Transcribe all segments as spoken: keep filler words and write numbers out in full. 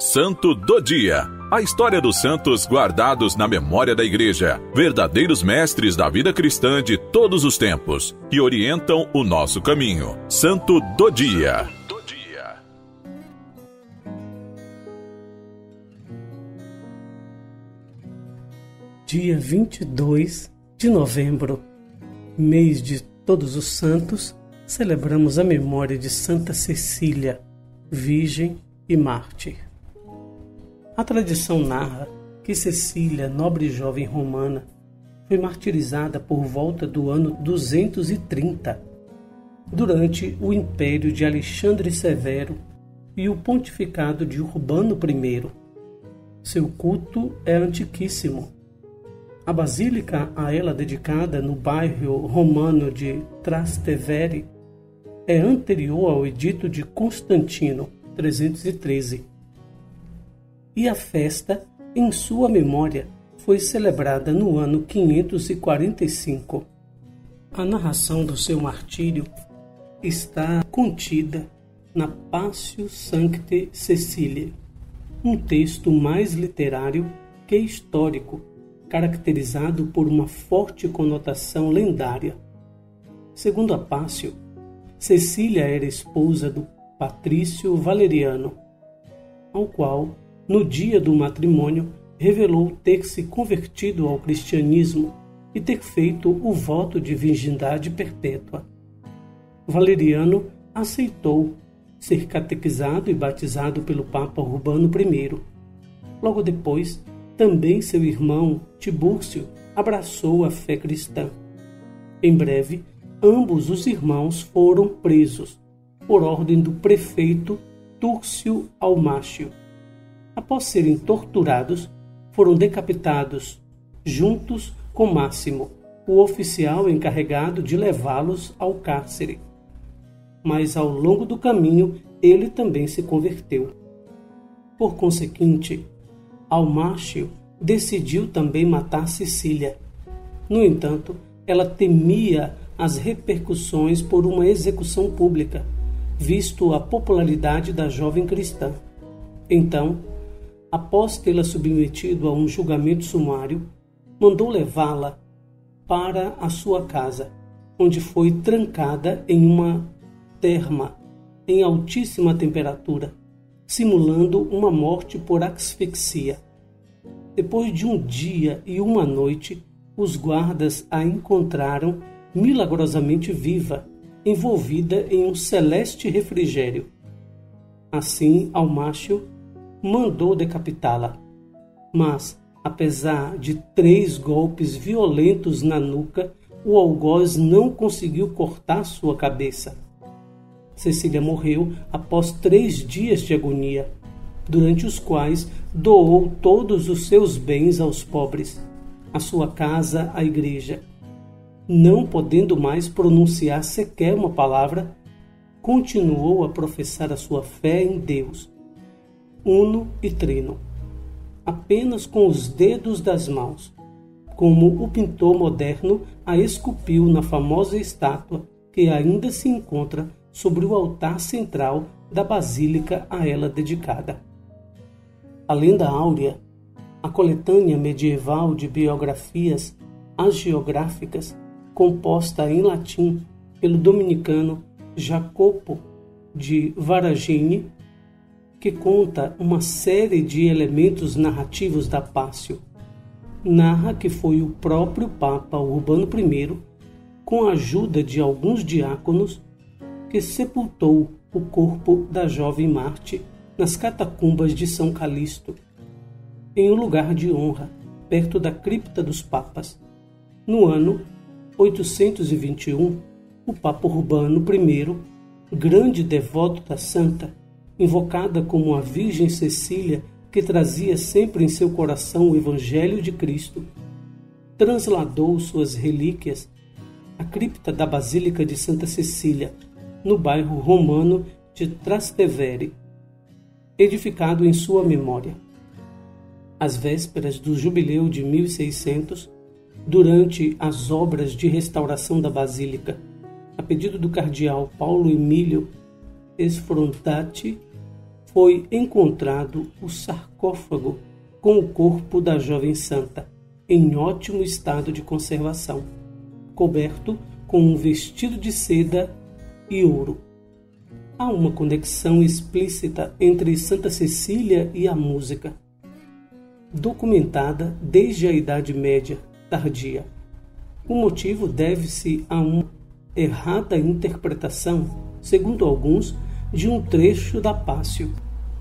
Santo do Dia. A história dos santos guardados na memória da Igreja, verdadeiros mestres da vida cristã de todos os tempos, que orientam o nosso caminho. Santo do Dia. Dia vinte e dois de novembro, mês de Todos os Santos, celebramos a memória de Santa Cecília, Virgem e Mártir. A tradição narra que Cecília, nobre jovem romana, foi martirizada por volta do ano duzentos e trinta, durante o império de Alexandre Severo e o pontificado de Urbano I. Seu culto é antiquíssimo. A basílica a ela dedicada no bairro romano de Trastevere é anterior ao edito de Constantino, trezentos e treze. E a festa, em sua memória, foi celebrada no ano quinhentos e quarenta e cinco. A narração do seu martírio está contida na Passio Sanctae Ceciliae, um texto mais literário que histórico, caracterizado por uma forte conotação lendária. Segundo a Passio, Cecília era esposa do patrício Valeriano, ao qual, no dia do matrimônio, revelou ter se convertido ao cristianismo e ter feito o voto de virgindade perpétua. Valeriano aceitou ser catequizado e batizado pelo Papa Urbano I. Logo depois, também seu irmão Tibúrcio abraçou a fé cristã. Em breve, ambos os irmãos foram presos, por ordem do prefeito Túrcio Almácio. Após serem torturados, foram decapitados, juntos com Máximo, o oficial encarregado de levá-los ao cárcere. Mas ao longo do caminho, ele também se converteu. Por conseguinte, Almácio decidiu também matar Cecília. No entanto, ela temia as repercussões por uma execução pública, visto a popularidade da jovem cristã. Então, após tê-la submetido a um julgamento sumário, mandou levá-la para a sua casa, onde foi trancada em uma terma em altíssima temperatura, simulando uma morte por asfixia. Depois de um dia e uma noite, os guardas a encontraram milagrosamente viva, envolvida em um celeste refrigério. Assim, Almácio mandou decapitá-la. Mas, apesar de três golpes violentos na nuca, o algoz não conseguiu cortar sua cabeça. Cecília morreu após três dias de agonia, durante os quais doou todos os seus bens aos pobres, a sua casa à igreja. Não podendo mais pronunciar sequer uma palavra, continuou a professar a sua fé em Deus, uno e trino, apenas com os dedos das mãos, como o pintor moderno a esculpiu na famosa estátua que ainda se encontra sobre o altar central da basílica a ela dedicada. A lenda áurea, a coletânea medieval de biografias hagiográficas, composta em latim pelo dominicano Jacopo de Varagine, que conta uma série de elementos narrativos da Passio, narra que foi o próprio Papa Urbano I, com a ajuda de alguns diáconos, que sepultou o corpo da jovem Mártir nas catacumbas de São Calixto, em um lugar de honra, perto da cripta dos papas. No ano oitocentos e vinte e um, o Papa Urbano I, grande devoto da santa, invocada como a Virgem Cecília, que trazia sempre em seu coração o Evangelho de Cristo, transladou suas relíquias à cripta da Basílica de Santa Cecília, no bairro romano de Trastevere, edificado em sua memória. Às vésperas do jubileu de mil e seiscentos, durante as obras de restauração da Basílica, a pedido do cardeal Paulo Emílio Sfronzati, foi encontrado o sarcófago com o corpo da jovem santa, em ótimo estado de conservação, coberto com um vestido de seda e ouro. Há uma conexão explícita entre Santa Cecília e a música, documentada desde a Idade Média tardia. O motivo deve-se a uma errada interpretação, segundo alguns, de um trecho da Pássio,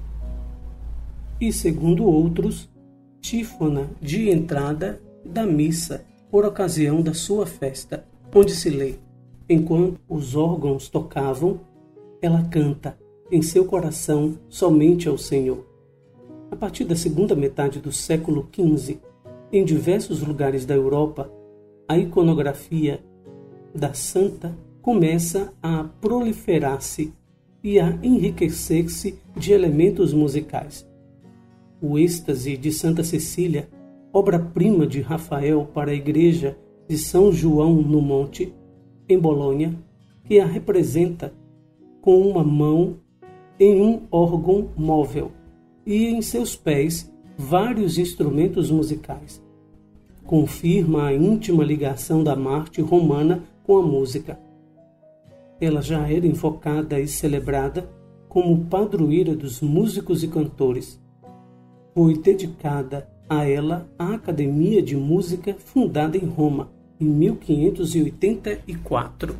e segundo outros, tífona de entrada da missa por ocasião da sua festa, onde se lê: enquanto os órgãos tocavam, ela canta em seu coração somente ao Senhor. A partir da segunda metade do século quinze, em diversos lugares da Europa, a iconografia da santa começa a proliferar-se e a enriquecer-se de elementos musicais. O êxtase de Santa Cecília, obra-prima de Rafael para a igreja de São João no Monte, em Bolonha, que a representa com uma mão em um órgão móvel e em seus pés vários instrumentos musicais. Confirma a íntima ligação da Marte romana com a música. Ela já era invocada e celebrada como padroeira dos músicos e cantores. Foi dedicada a ela a Academia de Música fundada em Roma, em mil quinhentos e oitenta e quatro.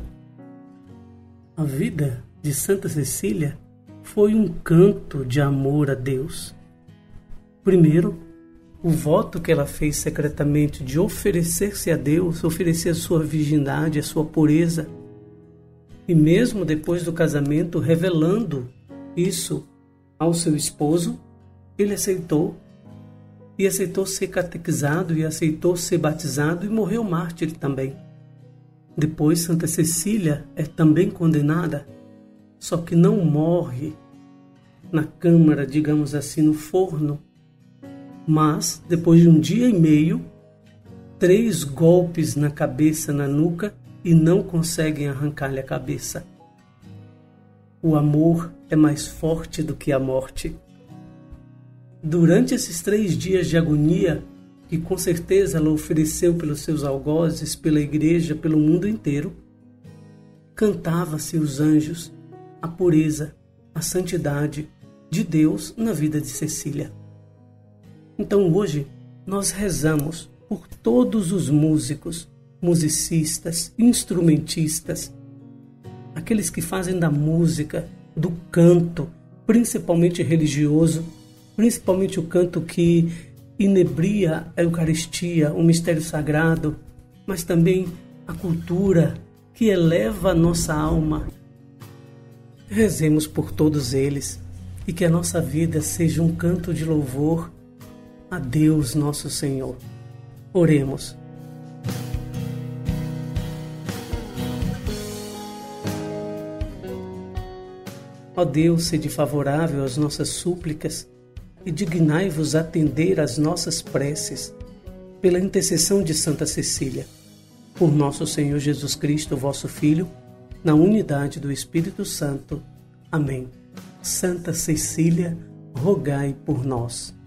A vida de Santa Cecília foi um canto de amor a Deus. Primeiro, o voto que ela fez secretamente de oferecer-se a Deus, oferecer a sua virgindade, a sua pureza, e mesmo depois do casamento, revelando isso ao seu esposo, ele aceitou, e aceitou ser catequizado, e aceitou ser batizado, e morreu mártir também. Depois, Santa Cecília é também condenada, só que não morre na câmara, digamos assim, no forno, mas, depois de um dia e meio, três golpes na cabeça, na nuca, e não conseguem arrancar-lhe a cabeça. O amor é mais forte do que a morte. Durante esses três dias de agonia, que com certeza ela ofereceu pelos seus algozes, pela igreja, pelo mundo inteiro, cantava-se os anjos, a pureza, a santidade de Deus na vida de Cecília. Então hoje nós rezamos por todos os músicos, musicistas, instrumentistas, aqueles que fazem da música, do canto, principalmente religioso, principalmente o canto que inebria a Eucaristia, o mistério sagrado, mas também a cultura que eleva a nossa alma. Rezemos por todos eles e que a nossa vida seja um canto de louvor a Deus nosso Senhor. Oremos. Ó Deus, sede favorável às nossas súplicas e dignai-vos atender às nossas preces, pela intercessão de Santa Cecília, por nosso Senhor Jesus Cristo, vosso Filho, na unidade do Espírito Santo. Amém. Santa Cecília, rogai por nós.